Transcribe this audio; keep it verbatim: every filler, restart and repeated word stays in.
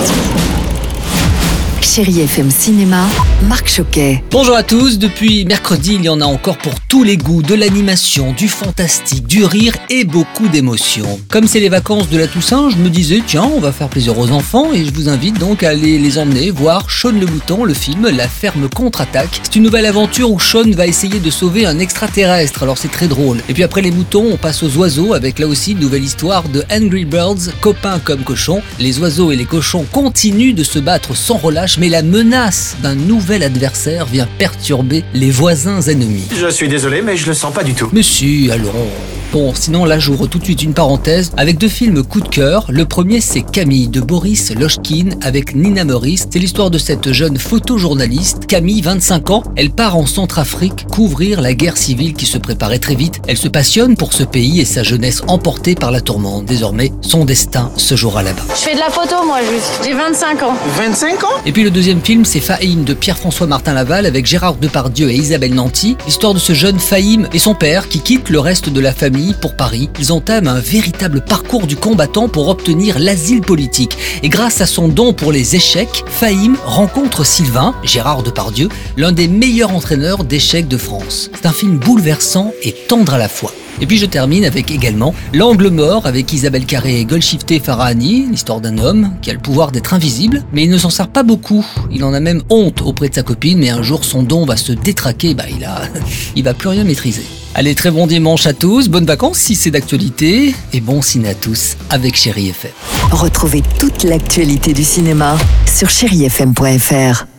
Chérie F M Cinéma, Marc Choquet. Bonjour à tous, depuis mercredi, il y en a encore pour tous les goûts, de l'animation, du fantastique, du rire et beaucoup d'émotions. Comme c'est les vacances de la Toussaint, je me disais, tiens, on va faire plaisir aux enfants et je vous invite donc à aller les emmener voir Shaun le Mouton, le film La Ferme contre-attaque. C'est une nouvelle aventure où Shaun va essayer de sauver un extraterrestre, alors c'est très drôle. Et puis après les moutons, on passe aux oiseaux avec là aussi une nouvelle histoire de Angry Birds, copains comme cochons. Les oiseaux et les cochons continuent de se battre sans relâche, mais la menace d'un nouvel adversaire vient perturber les voisins ennemis. Je suis désolé, mais je le sens pas du tout. Mais si, allons. Bon, sinon là j'ouvre tout de suite une parenthèse avec deux films coup de cœur. Le premier c'est Camille de Boris Lochkin avec Nina Meurice. C'est l'histoire de cette jeune photojournaliste. Camille, vingt-cinq ans, elle part en Centrafrique couvrir la guerre civile qui se préparait très vite. Elle se passionne pour ce pays et sa jeunesse emportée par la tourmente. Désormais, son destin se jouera là-bas. Je fais de la photo moi juste, j'ai vingt-cinq ans. vingt-cinq ans? Et puis le deuxième film c'est Fahim de Pierre-François Martin Laval avec Gérard Depardieu et Isabelle Nanty. L'histoire de ce jeune Fahim et son père qui quittent le reste de la famille pour Paris. Ils entament un véritable parcours du combattant pour obtenir l'asile politique. Et grâce à son don pour les échecs, Fahim rencontre Sylvain, Gérard Depardieu, l'un des meilleurs entraîneurs d'échecs de France. C'est un film bouleversant et tendre à la fois. Et puis je termine avec également L'Angle mort avec Isabelle Carré et Golshifteh Farahani, l'histoire d'un homme qui a le pouvoir d'être invisible, mais il ne s'en sert pas beaucoup. Il en a même honte auprès de sa copine, mais un jour son don va se détraquer, bah il a, il va plus rien maîtriser. Allez, très bon dimanche à tous, bonnes vacances si c'est d'actualité, et bon ciné à tous avec Chérie F M. Retrouvez toute l'actualité du cinéma sur chérie f m point f r.